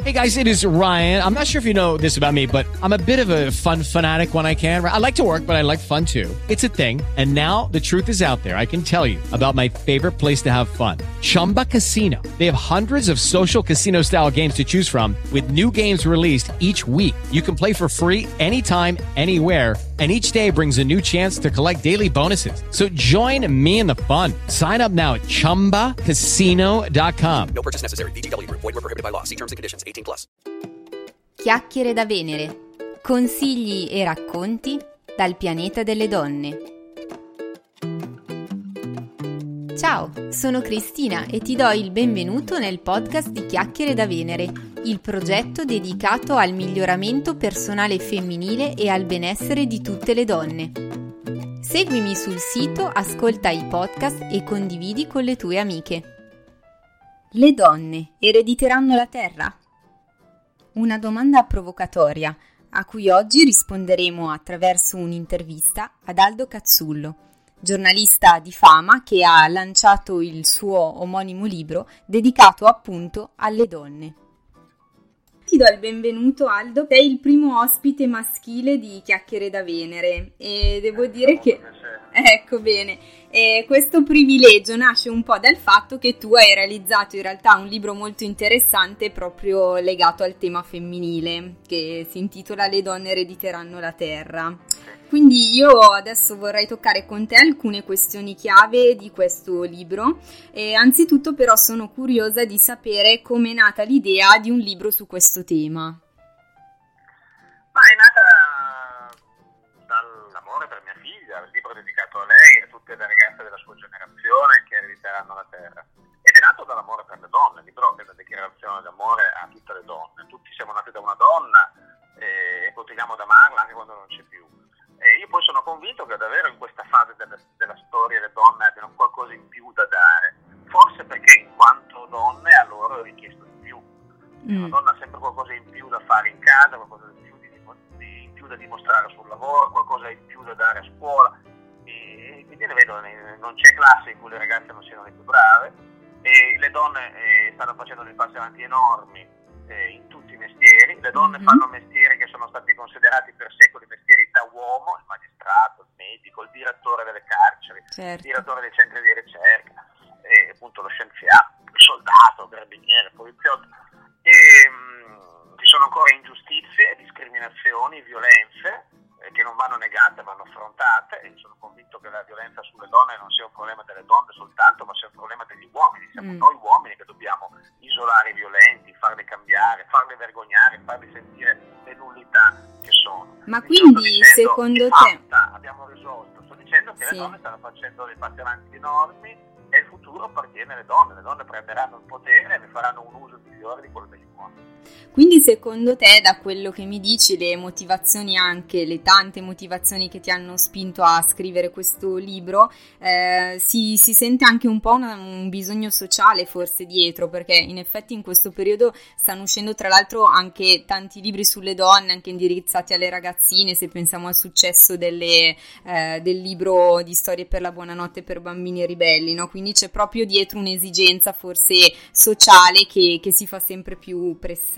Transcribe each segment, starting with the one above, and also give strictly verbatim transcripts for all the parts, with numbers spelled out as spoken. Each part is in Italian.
Hey guys, it is Ryan. I'm not sure if you know this about me, but I'm a bit of a fun fanatic when I can. I like to work, but I like fun too. It's a thing. And now the truth is out there. I can tell you about my favorite place to have fun. Chumba Casino. They have hundreds of social casino style games to choose from with new games released each week. You can play for free anytime, anywhere. And each day brings a new chance to collect daily bonuses. So join me in the fun. Sign up now at chumba casino dot com. No purchase necessary. V G W. Void where prohibited by law. See terms and conditions. eighteen plus. Chiacchiere da Venere. Consigli e racconti dal pianeta delle donne. Ciao, sono Cristina e ti do il benvenuto nel podcast di Chiacchiere da Venere, il progetto dedicato al miglioramento personale femminile e al benessere di tutte le donne. Seguimi sul sito, ascolta i podcast e condividi con le tue amiche. Le donne erediteranno la Terra? Una domanda provocatoria a cui oggi risponderemo attraverso un'intervista ad Aldo Cazzullo, giornalista di fama che ha lanciato il suo omonimo libro dedicato appunto alle donne. Ti do il benvenuto, Aldo, sei il primo ospite maschile di Chiacchiere da Venere e devo dire che... Ecco bene, e questo privilegio nasce un po' dal fatto che tu hai realizzato in realtà un libro molto interessante proprio legato al tema femminile che si intitola Le donne erediteranno la Terra. Quindi io adesso vorrei toccare con te alcune questioni chiave di questo libro e anzitutto però sono curiosa di sapere come è nata l'idea di un libro su questo tema. Ma è nata dall'amore per mia figlia, il libro dedicato a lei e a tutte le ragazze della sua generazione che erediteranno la Terra. Ed è nato dall'amore per le donne, il libro è una dichiarazione d'amore a tutte le donne. Tutti siamo nati da una donna e continuiamo ad amarla anche quando non c'è più. E io poi sono convinto che davvero in questa fase della, della storia le donne abbiano qualcosa in più da dare, forse perché in quanto donne a loro è richiesto di più. Mm. Una donna ha sempre qualcosa in più da fare in casa, qualcosa in più, di, di, in più da dimostrare sul lavoro, qualcosa in più da dare a scuola, e, e quindi le vedo, non c'è classe in cui le ragazze non siano le più brave, e le donne eh, stanno facendo dei passi avanti enormi eh, in tutti i mestieri. Le donne mm. fanno mestieri che sono stati considerati per secoli mestieri da uomo, il magistrato, il medico, il direttore delle carceri, certo. il direttore dei centri di ricerca, e appunto lo scienziato, il soldato, il carabiniere, il poliziotto. E mh, ci sono ancora ingiustizie, discriminazioni, violenze eh, che non vanno negate, vanno affrontate, e sono convinto che la violenza sulle donne non sia un problema delle donne soltanto, ma sia un problema degli uomini. Siamo mm. noi uomini che dobbiamo isolare i violenti, farli cambiare, farli vergognare, farli sentire le nullità che sono. Ma quindi secondo te fatta, abbiamo risolto, sto dicendo che sì. le donne stanno facendo dei passi avanti enormi e il futuro appartiene alle donne, le donne prenderanno il potere e ne faranno un uso migliore di quello degli uomini. Quindi secondo te, da quello che mi dici, le motivazioni, anche le tante motivazioni che ti hanno spinto a scrivere questo libro, eh, si, si sente anche un po' una, un bisogno sociale forse dietro, perché in effetti in questo periodo stanno uscendo tra l'altro anche tanti libri sulle donne, anche indirizzati alle ragazzine, se pensiamo al successo delle, eh, del libro di storie per la buonanotte per bambini ribelli, no? Quindi c'è proprio dietro un'esigenza forse sociale che, che si fa sempre più pressante.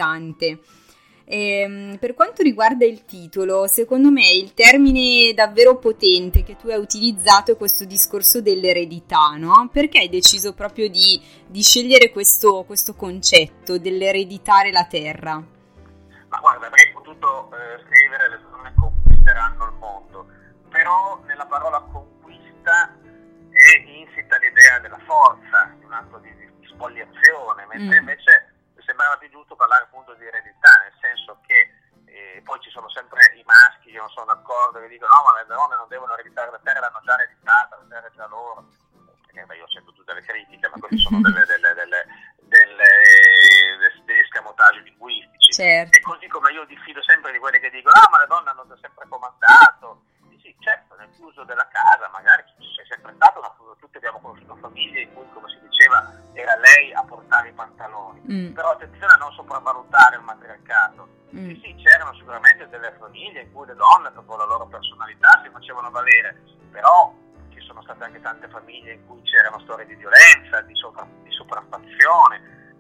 E, per quanto riguarda il titolo, secondo me il termine davvero potente che tu hai utilizzato è questo discorso dell'eredità, no? Perché hai deciso proprio di, di scegliere questo, questo concetto dell'ereditare la terra? Ma guarda, avrei potuto eh, scrivere le donne conquisteranno il mondo, però nella parola conquista è insita l'idea della forza, di un atto di, di spoliazione, mentre mm. invece sembrava più giusto parlare appunto di eredità, nel senso che eh, poi ci sono sempre i maschi che non sono d'accordo, che dicono no, ma le donne non devono ereditare la terra, l'hanno già ereditata, la terra è già loro, perché beh, io sento tutte le critiche, ma questi sono delle, delle, delle, delle, delle, degli escamotage linguistici. Certo. E così come io diffido sempre di quelli che dicono ah, ma le donne hanno sempre comandato. Sì, certo, nel chiuso della casa magari c'è sempre stato una, tutti abbiamo conosciuto famiglie in cui, come si diceva, era lei a portare i pantaloni, mm. però attenzione a non sopravvalutare il matriarcato. Mm. Sì, sì, c'erano sicuramente delle famiglie in cui le donne, dopo la loro personalità, si facevano valere, però ci sono state anche tante famiglie in cui c'erano storie di violenza, di, sopra, di sopraffazione,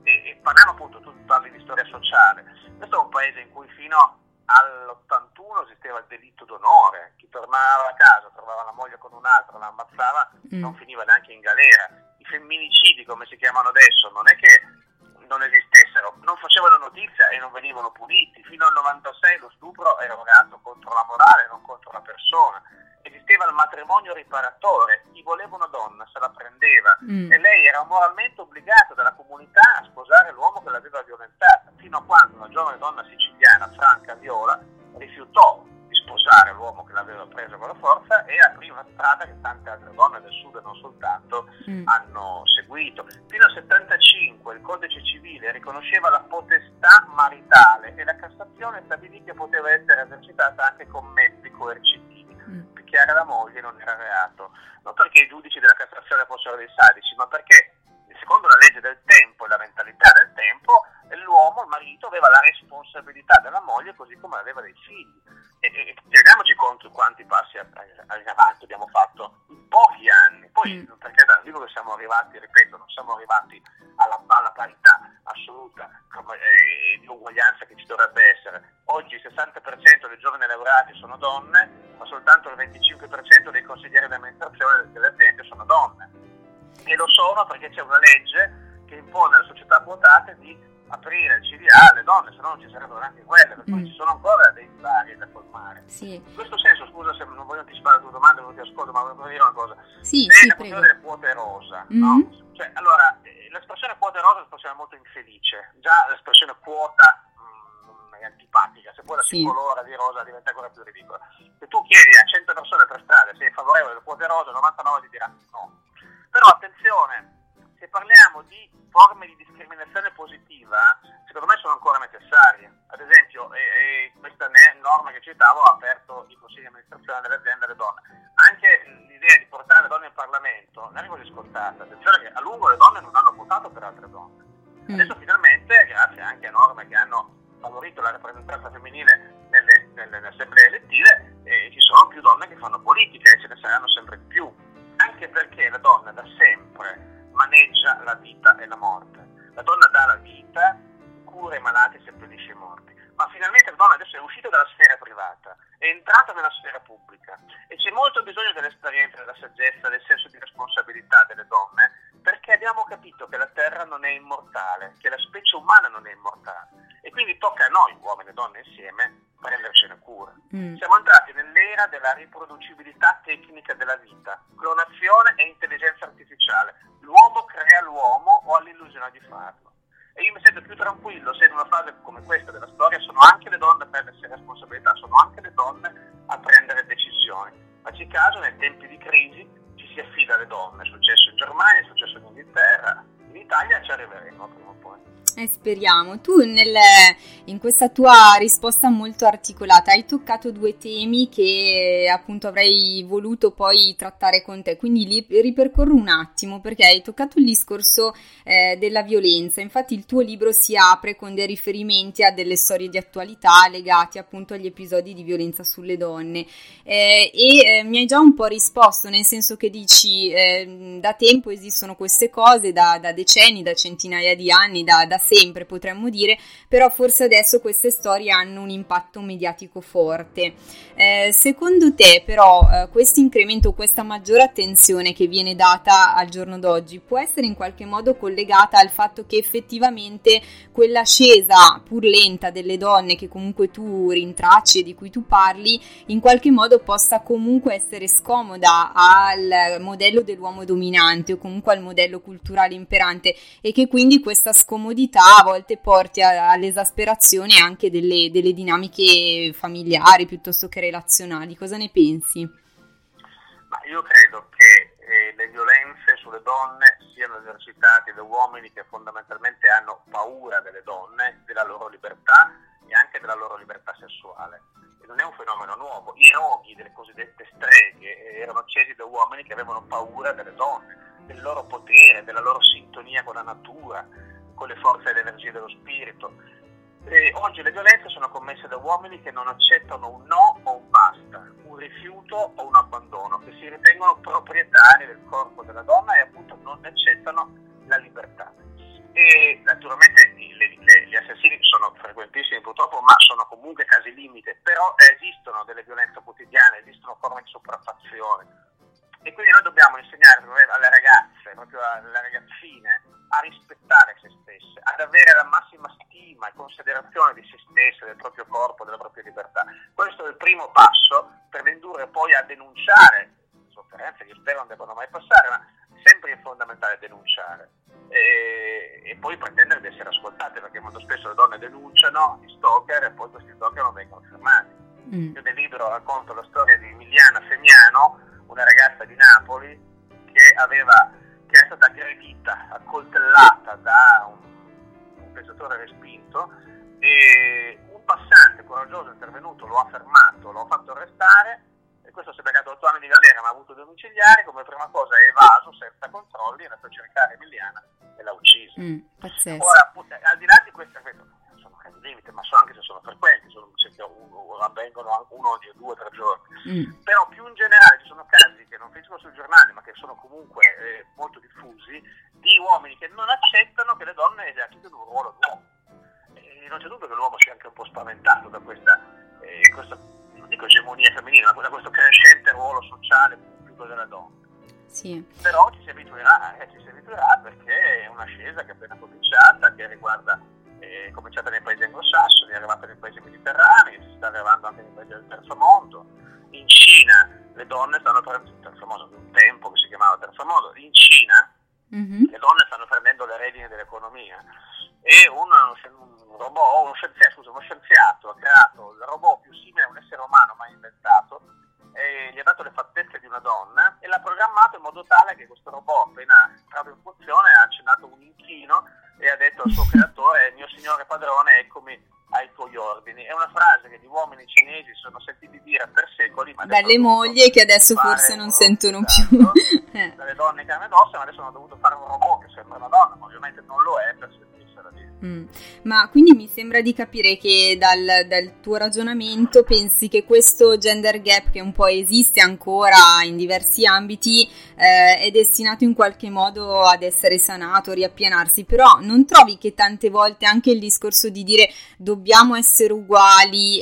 e, e parliamo appunto, tu parli di storia sociale, questo è un paese in cui fino all'ottantuno esisteva il delitto d'onore, chi tornava a casa, trovava la moglie con un altro, la ammazzava, mm. non finiva neanche in galera. I femminicidi, come si chiamano adesso, non è che non esistessero, non facevano notizia e non venivano puniti. Fino al novantasei lo stupro era un reato contro la morale, non contro la persona. Esisteva il matrimonio riparatore, chi voleva una donna se la prendeva mm. e lei era moralmente obbligata dalla comunità a sposare l'uomo che l'aveva violentata, fino a quando una giovane donna siciliana, Franca Viola, rifiutò di sposare l'uomo che l'aveva presa con la forza e aprì una strada che tante altre donne del sud e non soltanto mm. hanno seguito. Fino al settantacinque il codice civile riconosceva la potestà maritale e la Cassazione stabilì che poteva essere esercitata anche con mezzi coercitivi. Mm. Picchiare la moglie non era reato, non perché i giudici della Cassazione fossero dei sadici, ma perché secondo la legge del tempo e la mentalità del tempo l'uomo, il marito, aveva la responsabilità della moglie così come aveva dei figli. E, e rendiamoci conto quanti passi avanti abbiamo fatto in pochi anni. Poi, mm. perché dico che siamo arrivati, ripeto, non siamo arrivati alla, alla parità assoluta come, eh, di uguaglianza che ci dovrebbe essere. Oggi il sessanta per cento dei giovani laureati sono donne, ma soltanto il venticinque per cento dei consiglieri di amministrazione delle aziende sono donne. E lo sono perché c'è una legge che impone alle società quotate di aprire il C D A alle donne, se no non ci sarebbero neanche quelle, per cui mm. ci sono ancora dei divari da colmare. Sì. In questo senso, scusa se non voglio anticipare la tua domanda, non ti ascolto, ma voglio dire una cosa. Sì, se sì, la questione delle quote rosa, mm. no? Cioè, allora, eh, l'espressione quote rosa è un'espressione molto infelice, già l'espressione quota mh, è antipatica, se poi la si colora di rosa diventa ancora più ridicola. Se tu chiedi a cento persone per strada se è favorevole alle quote rosa, novantanove ti diranno no. Però attenzione, se parliamo di forme di discriminazione positiva, secondo me sono ancora necessarie. Ad esempio, e, e questa norma che citavo ha aperto i consigli di amministrazione delle aziende alle donne. Anche l'idea di portare le donne in Parlamento non è così scontata. Attenzione che a lungo le donne non hanno votato per altre donne. Mm. Adesso finalmente, grazie anche a norme che hanno favorito la rappresentanza femminile nelle, nelle, nelle assemblee elettive, eh, ci sono più donne che fanno politica e ce ne saranno sempre di più. Anche perché la donna da sempre maneggia la vita e la morte. La donna dà la vita, cura i malati e seppellisce i morti. Ma finalmente la donna adesso è uscita dalla sfera privata, è entrata nella sfera pubblica e c'è molto bisogno dell'esperienza, della saggezza, del senso di responsabilità delle donne, perché abbiamo capito che la terra non è immortale, che la specie umana non è immortale e quindi tocca a noi, uomini e donne insieme, prendercene cura. Mm. Siamo entrati nell'era della riproducibilità tecnica della vita, clonazione e intelligenza artificiale. L'uomo crea l'uomo o ha l'illusione di farlo. E io mi sento più tranquillo se in una fase come questa della storia sono anche le donne a prendersi responsabilità, sono anche le donne a prendere decisioni. Facci caso, nei tempi di crisi ci si affida alle donne, è successo in Germania, è successo in Inghilterra, in Italia ci arriveremo prima o poi. Eh, speriamo. Tu nel, in questa tua risposta molto articolata hai toccato due temi che appunto avrei voluto poi trattare con te, quindi li ripercorro un attimo perché hai toccato il discorso eh, della violenza. Infatti il tuo libro si apre con dei riferimenti a delle storie di attualità legati appunto agli episodi di violenza sulle donne eh, e eh, mi hai già un po' risposto, nel senso che dici eh, da tempo esistono queste cose, da, da decenni, da centinaia di anni, da, da sempre potremmo dire, però forse adesso queste storie hanno un impatto mediatico forte. Eh, secondo te però eh, questo incremento, questa maggiore attenzione che viene data al giorno d'oggi può essere in qualche modo collegata al fatto che effettivamente quell'ascesa pur lenta delle donne che comunque tu rintracci e di cui tu parli in qualche modo possa comunque essere scomoda al modello dell'uomo dominante o comunque al modello culturale imperante e che quindi questa scomodità a volte porti a, all'esasperazione anche delle, delle dinamiche familiari piuttosto che relazionali. Cosa ne pensi? Ma io credo che eh, le violenze sulle donne siano esercitate da uomini che fondamentalmente hanno paura delle donne, della loro libertà e anche della loro libertà sessuale. E non è un fenomeno nuovo. I roghi delle cosiddette streghe erano accesi da uomini che avevano paura delle donne, del loro potere, della loro sintonia con la natura, con le forze e le energie dello spirito. E oggi le violenze sono commesse da uomini che non accettano un no o un basta, un rifiuto o un abbandono, che si ritengono proprietari del corpo della donna e appunto non ne accettano la libertà. E naturalmente le, le, gli assassini sono frequentissimi purtroppo, ma sono comunque casi limite, però esistono delle violenze quotidiane, esistono forme di sopraffazione, e quindi noi dobbiamo insegnare alle ragazze, proprio alle ragazzine, a rispettare se stesse, ad avere la massima stima e considerazione di se stesse, del proprio corpo, della propria libertà. Questo è il primo passo per indurre poi a denunciare sofferenze che spero non debbano mai passare, ma sempre è fondamentale denunciare e, e poi pretendere di essere ascoltate, perché molto spesso le donne denunciano gli stalker e poi questi stalker non vengono fermati. Mm. Io nel libro racconto la storia di Emiliana Semiano, una ragazza di Napoli che aveva che è stata aggredita, accoltellata da un, un pensatore respinto, e un passante coraggioso è intervenuto, lo ha fermato, lo ha fatto arrestare, e questo si è beccato otto anni di galera, ma ha avuto domiciliari. Come prima cosa è evaso senza controlli, è andato a cercare Emiliana e l'ha uccisa. Mm, pazzesco. Ora, al di là di queste, sono casi limite, ma so anche se sono frequenti, sono, se avvengono uno o due o tre giorni, mm. però più in generale ci sono casi che non finiscono sui giornali, ma che sono comunque eh, molto diffusi, di uomini che non accettano che le donne esercitino un ruolo d'uomo, e non c'è dubbio che l'uomo sia anche un po' spaventato da questa, eh, questa non dico egemonia femminile, ma da questo crescente ruolo sociale pubblico della donna. Sì. Però ci si abituerà, eh, ci si abituerà, perché è un'ascesa che è appena cominciata, che riguarda è cominciata nei paesi anglosassoni, è arrivata nei paesi mediterranei, si sta arrivando anche nei paesi del terzo mondo. In Cina le donne stanno prendendo il terzo mondo, un tempo che si chiamava terzo mondo, in Cina mm-hmm. le donne stanno prendendo le redini dell'economia, e un, un robot, uno scienziato, scusa, uno scienziato ha creato il robot più simile a un essere umano mai inventato, e gli ha dato le fattezze di una donna e l'ha programmato in modo tale che questo robot, appena entrato in funzione, ha accennato un inchino e ha detto al suo creatore: mio signore padrone, eccomi ai tuoi ordini. È una frase che gli uomini cinesi si sono sentiti dire per secoli, ma dalle mogli che adesso forse non sentono più, dalle donne carne ed ossa, ma adesso hanno dovuto fare un robot che sembra una donna, ma ovviamente non lo è, per sentirsela dire. Mm. Ma quindi mi sembra di capire che dal, dal tuo ragionamento pensi che questo gender gap, che un po' esiste ancora in diversi ambiti, eh, è destinato in qualche modo ad essere sanato, riappianarsi, però non trovi che tante volte anche il discorso di dire dobbiamo essere uguali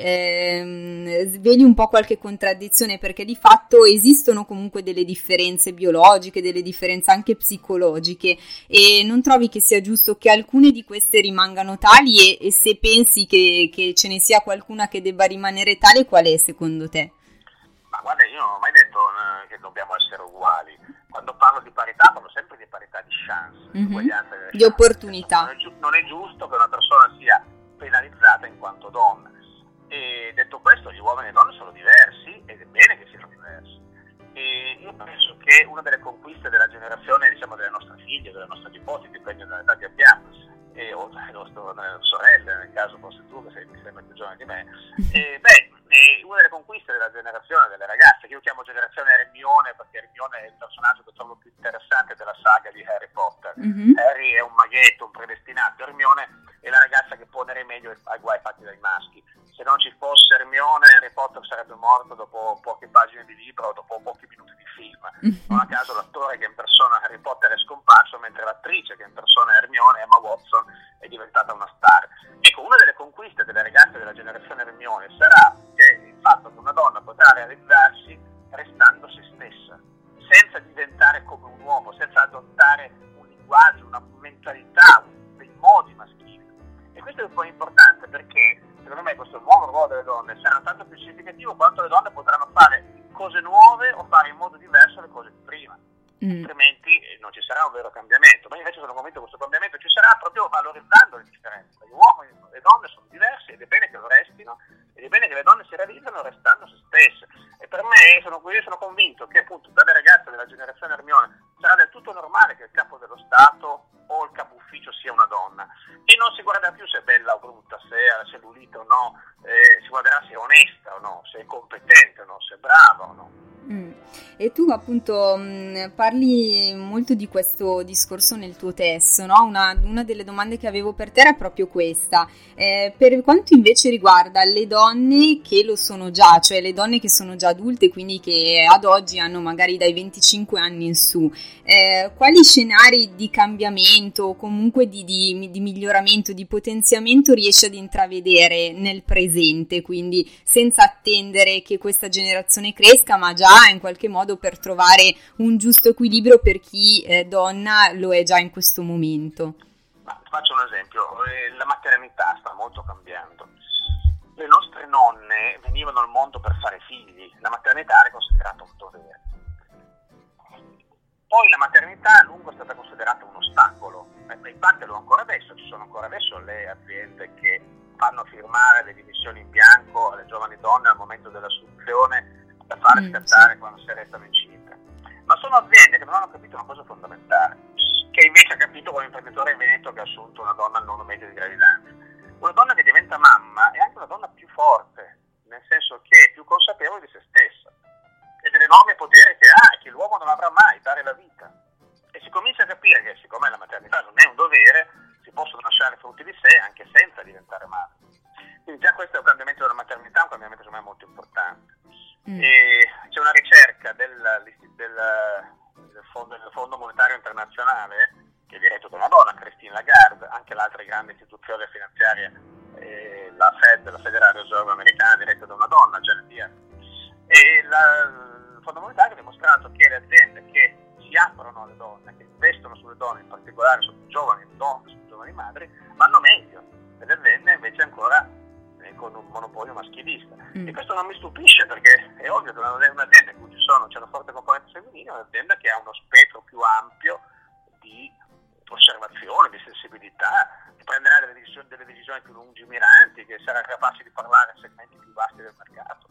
ehm, sveli un po' qualche contraddizione, perché di fatto esistono comunque delle differenze biologiche, delle differenze anche psicologiche, e non trovi che sia giusto che alcune di queste rimangano tali, e, e se pensi che, che ce ne sia qualcuna che debba rimanere tale, qual è secondo te? Ma guarda, io non ho mai detto eh, che dobbiamo essere uguali. Quando parlo di parità parlo sempre di parità di chance, mm-hmm. di, chance. di opportunità. Non è, giu- non è giusto che una persona sia penalizzata in quanto donna. E detto questo, gli uomini e le donne sono diversi ed è bene che siano diversi. E io penso che una delle conquiste della generazione, diciamo, delle nostre figlie, delle nostre nipoti, dipende dall'età che abbiamo, e, o dalle nostre sorelle, nel caso fosse tu che sei, mi sembra più giovane di me, e, beh, e una delle conquiste della generazione delle ragazze, che io chiamo generazione Hermione, perché Hermione è il personaggio che trovo più interessante della saga di Harry Potter. Mm-hmm. Harry è un maghetto, un predestinato, Hermione è la ragazza che pone rimedio ai guai fatti dai maschi. Se non ci fosse Hermione, Harry Potter sarebbe morto dopo poche pagine di libro o dopo pochi minuti di film. Mm-hmm. Non a caso l'attore che impersona Harry Potter è scomparso, mentre l'attrice che impersona Hermione, Emma Watson, è diventata una star. Ecco, una delle conquiste delle ragazze della generazione Hermione sarà che il fatto che una donna potrà realizzarsi restando se stessa, senza diventare come un uomo, senza adottare un linguaggio, una mentalità, dei modi maschili. E questo è un po' importante, perché secondo me questo nuovo ruolo delle donne sarà tanto più significativo quanto le donne potranno fare cose nuove o fare in modo diverso le cose di prima. Mm. Altrimenti non ci sarà un vero cambiamento. Ma invece sono convinto che questo cambiamento ci sarà proprio valorizzando le differenze. Gli uomini e le donne sono diversi ed è bene che lo restino, ed è bene che le donne si realizzano restando se stesse. E per me sono, io sono convinto che appunto per le ragazze della generazione Hermione sarà del tutto normale che il capo dello Stato o il capo ufficio sia una donna, e non si guarda più se è bella o brutta, se ha la cellulite o no, eh, si guarderà se è onesta o no, se è competente o no, se è brava o no. Mm. E tu appunto mh, parli molto di questo discorso nel tuo testo, no? Una, una delle domande che avevo per te era proprio questa. Eh, per quanto invece riguarda le donne che lo sono già, cioè le donne che sono già adulte, quindi che ad oggi hanno magari dai venticinque anni in su, eh, quali scenari di cambiamento o comunque di, di, di miglioramento, di potenziamento riesci ad intravedere nel presente, quindi senza attendere che questa generazione cresca, ma già in qualche modo per trovare un giusto equilibrio per chi eh, donna lo è già in questo momento? Ma faccio un esempio, la maternità sta molto cambiando. Le nostre nonne venivano al mondo per fare figli, la maternità era considerata un dovere. Poi la maternità a lungo è stata considerata un ostacolo, e in parte lo è ancora adesso, ci sono ancora adesso le aziende che fanno firmare le dimissioni in bianco alle giovani donne al momento dell'assunzione da fare Mm, scattare sì. quando si restano incinte. Ma sono aziende che non hanno capito una cosa fondamentale, che invece ha capito quell'imprenditore in Veneto che ha assunto una donna al nono mese di gravidanza. Una donna che diventa mamma è anche una donna più forte, nel senso che è più consapevole di se stessa e dell'enorme potere che ha e che l'uomo non avrà mai, dare la vita. E si comincia a capire che siccome la maternità non è un dovere, si possono lasciare frutti di sé anche senza diventare madre. Quindi già questo è un cambiamento della maternità, un cambiamento secondo me molto importante. Mm. E c'è una ricerca del, del, del, fondo, del Fondo Monetario Internazionale che è diretto da una donna, Christine Lagarde, anche l'altra grande istituzione finanziaria, eh, la Fed, la Federal Reserve americana, diretta da una donna, Janet Yellen. E la, il Fondo Monetario ha dimostrato che le aziende che si aprono alle donne, che investono sulle donne, in particolare su giovani donne, su giovani madri, vanno meglio. Delle aziende invece ancora eh, con un monopolio maschilista. Mm. E questo non mi stupisce, perché è ovvio che un'azienda in cui ci sono, c'è una forte componente femminile, è un'azienda che ha uno spettro più ampio di osservazione, di sensibilità, che prenderà delle decisioni, delle decisioni più lungimiranti, che sarà capace di parlare a segmenti più vasti del mercato.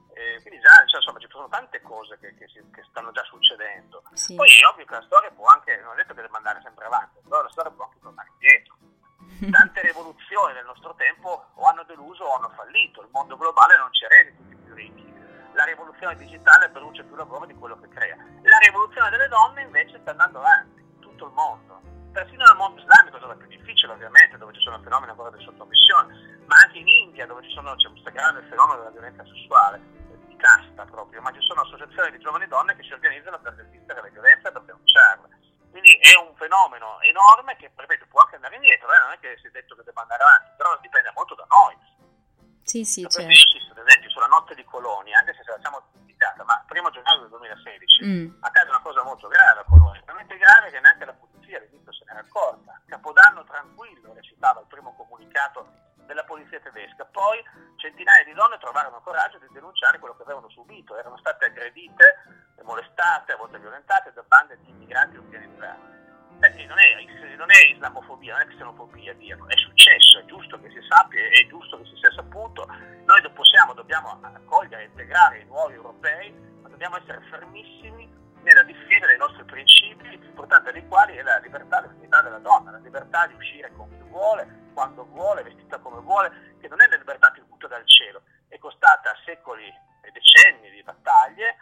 E quindi già, cioè, insomma, ci sono tante cose che, che, si, che stanno già succedendo. Sì. Poi è ovvio che la storia può anche, non è detto che deve andare sempre avanti, però la storia può anche tornare indietro. Tante rivoluzioni del nostro tempo o hanno deluso o hanno fallito, il mondo globale non ci ha resi tutti più ricchi, la rivoluzione digitale produce più lavoro di quello che crea, la rivoluzione delle donne invece sta andando avanti in tutto il mondo, persino nel mondo islamico, dove è più difficile ovviamente, dove ci sono fenomeni ancora di sottomissione, ma anche in India, dove ci sono, c'è questo grande fenomeno della violenza sessuale, di casta proprio, ma ci sono associazioni di giovani donne che si organizzano per resistere alle violenze e per denunciarle. Quindi è un fenomeno enorme che, ripeto, può anche andare indietro, eh? Non è che si è detto che debba andare avanti, però dipende molto da noi. Sì, sì, Sapete, certo. io insisto, ad esempio, sulla notte di Colonia, anche se ce la siamo dimenticata, ma primo gennaio del duemilasedici Mm. accade una cosa molto grave a Colonia, talmente grave che neanche la polizia all'inizio se n'era accorta. Capodanno tranquillo, recitava il primo comunicato della polizia tedesca. Poi centinaia di donne trovarono coraggio di denunciare quello che avevano subito, erano state aggredite, molestate, a volte violentate da bande di immigranti organizzati. Eh, non, è, non è islamofobia, non è xenofobia, dirlo. È successo, è giusto che si sappia, è giusto che si sia saputo. Noi possiamo, dobbiamo accogliere e integrare i nuovi europei, ma dobbiamo essere fermissimi nella difesa dei nostri principi, il più importante dei quali è la libertà e la dignità della donna, la libertà di uscire con chi vuole, quando vuole, vestita come vuole, che non è la libertà più butta dal cielo, è costata secoli e decenni di battaglie.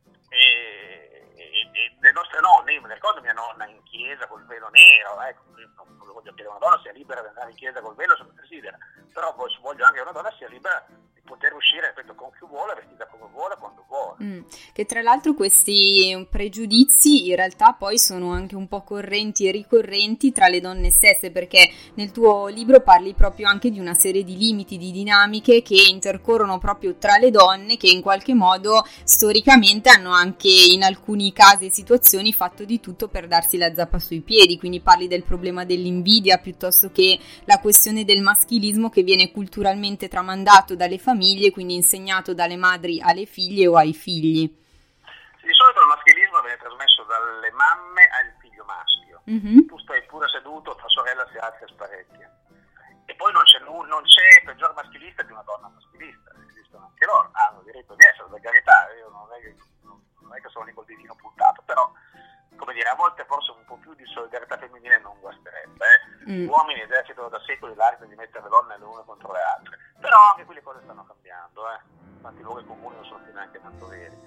E, e, e le nostre nonne, io mi ricordo mia nonna in chiesa col velo nero, ecco, non, non voglio dire che una donna sia libera di andare in chiesa col velo se non desidera, però voglio anche che una donna sia libera di poter uscire, ripeto, con chi vuole, vestita come vuole, quando vuole. Mm. Che tra l'altro questi pregiudizi in realtà poi sono anche un po' correnti e ricorrenti tra le donne stesse, perché nel tuo libro parli proprio anche di una serie di limiti, di dinamiche che intercorrono proprio tra le donne, che in qualche modo storicamente hanno anche in alcuni casi e situazioni fatto di tutto per darsi la zappa sui piedi. Quindi parli del problema dell'invidia piuttosto che la questione del maschilismo che viene culturalmente tramandato dalle famiglie, quindi insegnato dalle madri alle figlie o ai figli. Di solito il maschilismo viene trasmesso dalle mamme al figlio maschio. Mm-hmm. Tu stai pure seduto, tua sorella si alza e sparecchia. E poi non c'è, non c'è peggior maschilista di una donna maschilista, esistono anche loro, hanno diritto di essere, per carità, io non è che, non è che sono lì col ditino puntato, però, come dire, a volte forse un po' più di solidarietà femminile non guasterebbe. Eh. Mm. Gli uomini esercitano da secoli l'arte di mettere le donne le une contro le altre, però anche qui le cose stanno cambiando, eh. Infatti i luoghi comuni non sono più neanche tanto veri.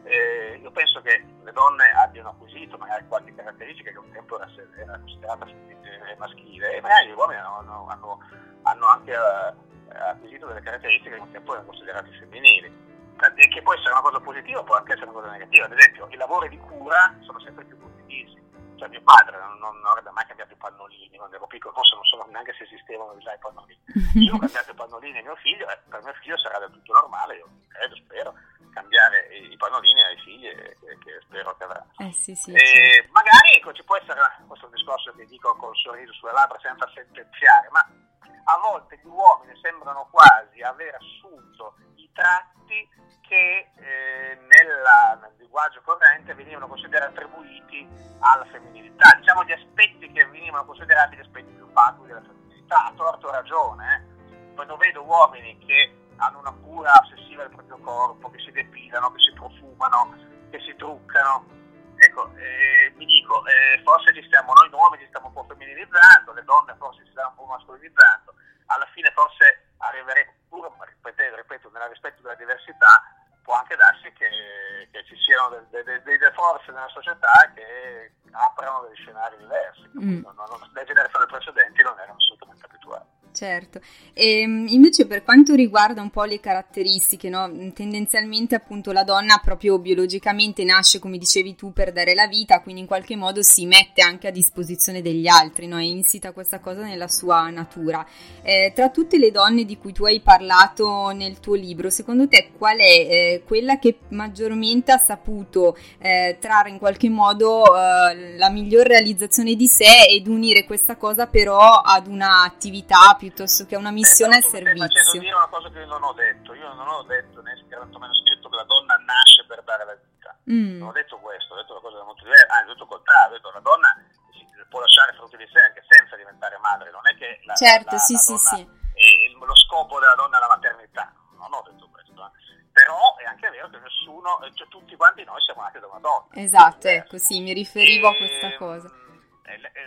eh, io penso che le donne abbiano acquisito magari qualche caratteristica che un tempo era, era considerata maschile, e magari gli uomini hanno, hanno, hanno anche eh, acquisito delle caratteristiche che un tempo erano considerate femminili, e che può essere una cosa positiva, può anche essere una cosa negativa. Ad esempio, i lavori di cura sono sempre più condivisi. Cioè, mio padre non, non avrebbe mai cambiato i pannolini quando ero piccolo, forse non so neanche se esistevano già i pannolini. Io ho cambiato i pannolini a mio figlio, e per mio figlio sarà del tutto normale, io credo, spero, cambiare i pannolini ai figli, che, che spero che avrà. Eh sì, sì, e certo. Magari, ecco, ci può essere, questo è un discorso che dico col sorriso sulle labbra senza sentenziare, ma a volte gli uomini sembrano quasi aver assunto i tratti che eh, nella, nel linguaggio corrente venivano considerati attribuiti alla femminilità, diciamo gli aspetti che venivano considerati gli aspetti più fatui della femminilità. A torto ragione, eh. Quando vedo uomini che hanno una cura ossessiva del proprio corpo, che si depilano, che si profumano, che si truccano, ecco, eh, mi dico, eh, forse ci stiamo, noi uomini ci stiamo un po' femminilizzando, le donne forse si stanno un po' mascolinizzando, alla fine forse arriveremo, pure, ripeto, ripeto, nel rispetto della diversità, può anche darsi che, che ci siano delle de, de, de forze nella società che aprono degli scenari diversi. Mm. Non, non, le generazioni precedenti non erano assolutamente abituate. Certo, e invece per quanto riguarda un po' le caratteristiche, no? Tendenzialmente appunto la donna proprio biologicamente nasce, come dicevi tu, per dare la vita, quindi in qualche modo si mette anche a disposizione degli altri, no? È insita questa cosa nella sua natura. Eh, tra tutte le donne di cui tu hai parlato nel tuo libro, secondo te qual è eh, quella che maggiormente ha saputo eh, trarre in qualche modo eh, la miglior realizzazione di sé ed unire questa cosa però ad una attività piuttosto che una missione eh, al servizio? Stai facendo dire una cosa che io non ho detto. Io non ho detto, né tantomeno scritto, che la donna nasce per dare la vita. Mm. Non ho detto questo, ho detto una cosa molto diversa. Anzi, ho detto il contrario, ho detto la donna si può lasciare frutti di sé anche senza diventare madre. Non è che la, certo, la, sì, la sì, donna sì. È, è lo scopo della donna è la maternità. Non ho detto questo. Eh. Però è anche vero che nessuno, cioè tutti quanti noi siamo nati da una donna. Esatto, ecco, sì, mi riferivo e, a questa cosa. E, e,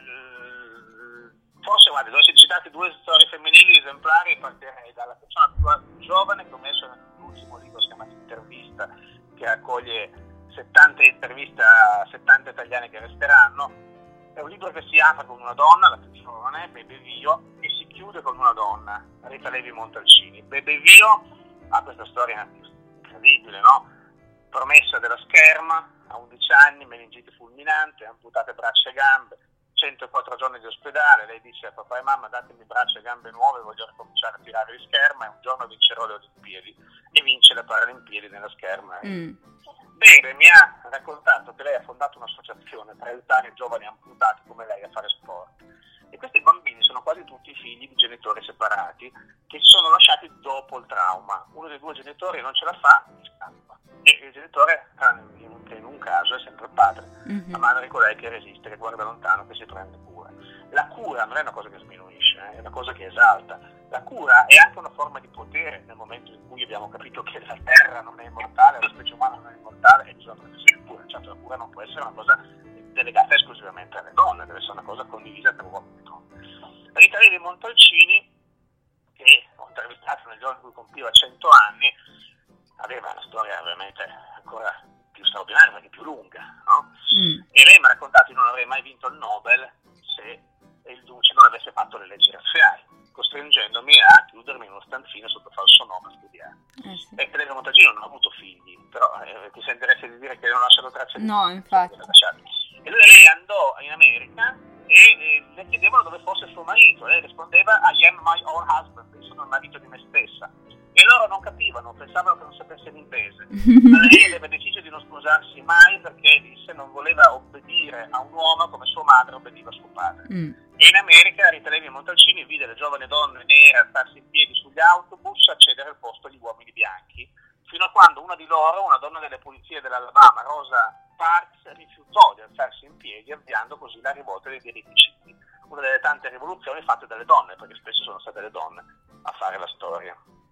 forse, guarda, dove si citate due storie femminili esemplari, partirei dalla persona più giovane che ho messo nell'ultimo libro, si chiama Intervista, che raccoglie settanta interviste a settanta italiani che resteranno. È un libro che si apre con una donna, la più giovane, Bebe Vio, e si chiude con una donna, Rita Levi Montalcini. Bebe Vio ha questa storia incredibile, no? Promessa della scherma, a undici anni, meningite fulminante, amputate braccia e gambe, centoquattro giorni di ospedale. Lei dice a papà e mamma: datemi braccia e gambe nuove, voglio ricominciare a tirare di scherma, e un giorno vincerò le Olimpiadi, e vince le Paralimpiadi nella scherma. Mm. Bene, mi ha raccontato che lei ha fondato un'associazione per aiutare i giovani amputati come lei a fare sport, e questi bambini sono quasi tutti figli di genitori separati che si sono lasciati dopo il trauma. Uno dei due genitori non ce la fa e scappa, e il genitore, in un caso, è sempre il padre. Mm-hmm. La madre è colei che resiste, che guarda lontano, che si prende cura. La cura non è una cosa che sminuisce, eh, è una cosa che esalta. La cura è anche una forma di potere nel momento in cui abbiamo capito che la terra non è immortale, la specie umana non è immortale, e bisogna prendersi cura. Certo, la cura non può essere una cosa delegata esclusivamente alle donne, deve essere una cosa condivisa tra uomini e donne. Rita Levi Montalcini, che ho intervistato nel giorno in cui compiva cento anni, aveva una storia veramente ancora più straordinaria, perché più lunga, no? Mm. E lei mi ha raccontato: io non avrei mai vinto il Nobel se il Duce non avesse fatto le leggi razziali, costringendomi a chiudermi in uno stanzino sotto falso nome a studiare. Eh sì. E Levi Montalcini non ha avuto figli, però eh, ti sentiresti di dire che non lasciano tracce di no, infatti. E lui, lei andò in America e, e le chiedevano dove fosse suo marito, e lei rispondeva: I am my own husband, io sono il marito di me stessa. E loro non capivano, pensavano che non sapesse l'inglese. Ma lei aveva deciso di non sposarsi mai, perché disse non voleva obbedire a un uomo come sua madre obbediva a suo padre. Mm. E in America Rita Levi Montalcini vide le giovani donne nere alzarsi in piedi sugli autobus a cedere il posto agli uomini bianchi, fino a quando una di loro, una donna delle pulizie dell'Alabama, Rosa Parks, rifiutò di alzarsi in piedi, avviando così la rivolta dei diritti civili, una delle tante rivoluzioni fatte dalle donne, perché spesso sono state le donne a fare la storia.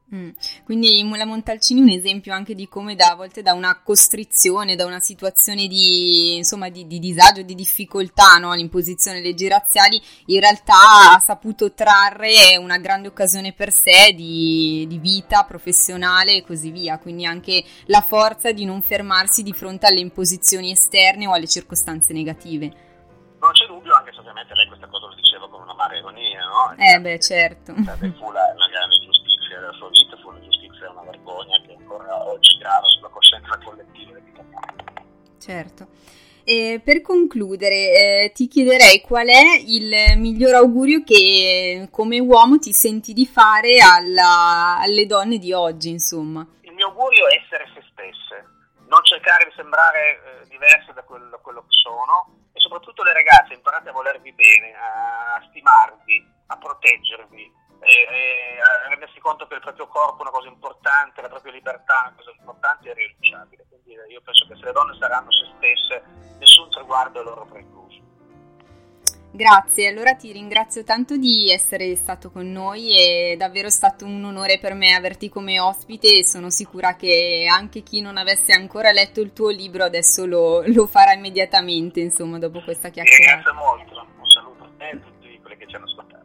Mm. Quindi la Montalcini è un esempio anche di come da a volte da una costrizione, da una situazione di insomma di, di disagio, di difficoltà, no? L'imposizione leggi razziali, in realtà ha saputo trarre una grande occasione per sé di, di vita professionale e così via, quindi anche la forza di non fermarsi di fronte alle imposizioni esterne o alle circostanze negative. Non c'è dubbio, anche se ovviamente lei questa cosa lo diceva con una amara ironia, no? Eh beh, certo. Fu la, una grande giustizia della sua vita, fu una giustizia, una vergogna che ancora oggi grava sulla coscienza collettiva degli italiani. Certo. E per concludere, eh, ti chiederei qual è il miglior augurio che come uomo ti senti di fare alla, alle donne di oggi, insomma. Il mio augurio è essere se stesse, non cercare di sembrare eh, diverse da quello, da quello che sono, e soprattutto le ragazze, imparate a volervi bene, a stimarvi, a proteggervi, e, e a rendersi conto che il proprio corpo è una cosa importante, la propria libertà è una cosa importante e irrinunciabile. Quindi io penso che se le donne saranno se stesse, nessun traguardo è loro precluso. Grazie, allora ti ringrazio tanto di essere stato con noi, è davvero stato un onore per me averti come ospite e sono sicura che anche chi non avesse ancora letto il tuo libro adesso lo, lo farà immediatamente, insomma, dopo questa chiacchierata. Grazie molto, un saluto a te e a tutti quelli che ci hanno ascoltato.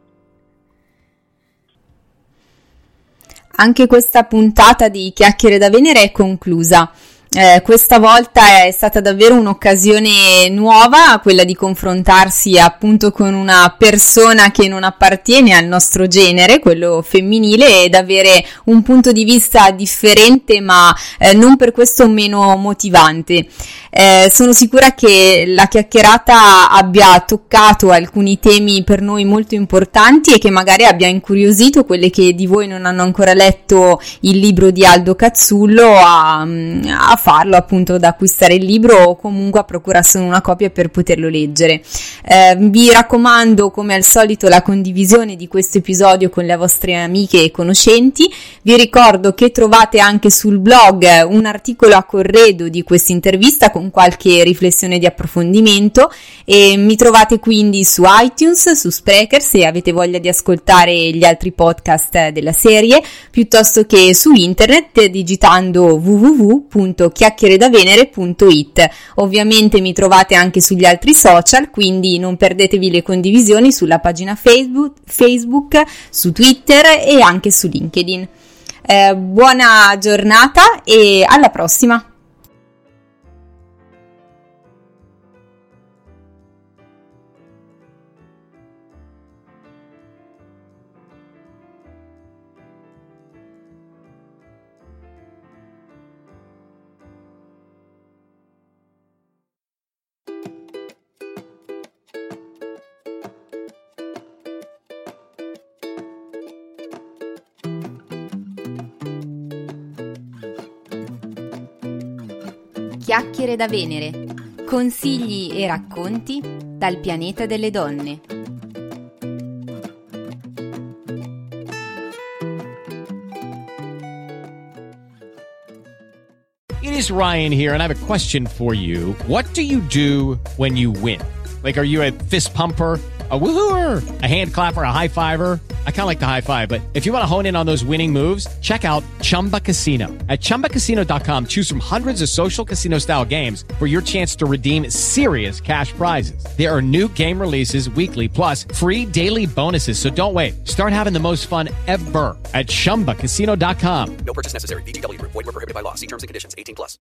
Anche questa puntata di Chiacchiere da Venere è conclusa. Eh, questa volta è stata davvero un'occasione nuova, quella di confrontarsi appunto con una persona che non appartiene al nostro genere, quello femminile, ed avere un punto di vista differente ma eh, non per questo meno motivante. Eh, sono sicura che la chiacchierata abbia toccato alcuni temi per noi molto importanti e che magari abbia incuriosito quelle che di voi non hanno ancora letto il libro di Aldo Cazzullo a, a farlo, appunto, ad acquistare il libro o comunque a procurarsene una copia per poterlo leggere. Eh, vi raccomando come al solito la condivisione di questo episodio con le vostre amiche e conoscenti. Vi ricordo che trovate anche sul blog un articolo a corredo di questa intervista con qualche riflessione di approfondimento, e mi trovate quindi su iTunes, su Spreaker se avete voglia di ascoltare gli altri podcast della serie, piuttosto che su internet digitando w w w punto chiacchieredavenere punto i t. Ovviamente mi trovate anche sugli altri social, quindi non perdetevi le condivisioni sulla pagina Facebook, Facebook su Twitter e anche su LinkedIn. Eh, buona giornata e alla prossima! Chiacchiere da Venere. Consigli e racconti dal pianeta delle donne. It is Ryan here, and I have a question for you. What do you do when you win? Like, are you a fist pumper, a woohooer, a hand clapper, a high fiver? I kind of like the high five, but if you want to hone in on those winning moves, check out Chumba Casino. At chumba casino dot com, choose from hundreds of social casino style games for your chance to redeem serious cash prizes. There are new game releases weekly, plus free daily bonuses. So don't wait. Start having the most fun ever at chumba casino dot com. No purchase necessary. V G W Group. Void where prohibited by law. See terms and conditions. eighteen plus.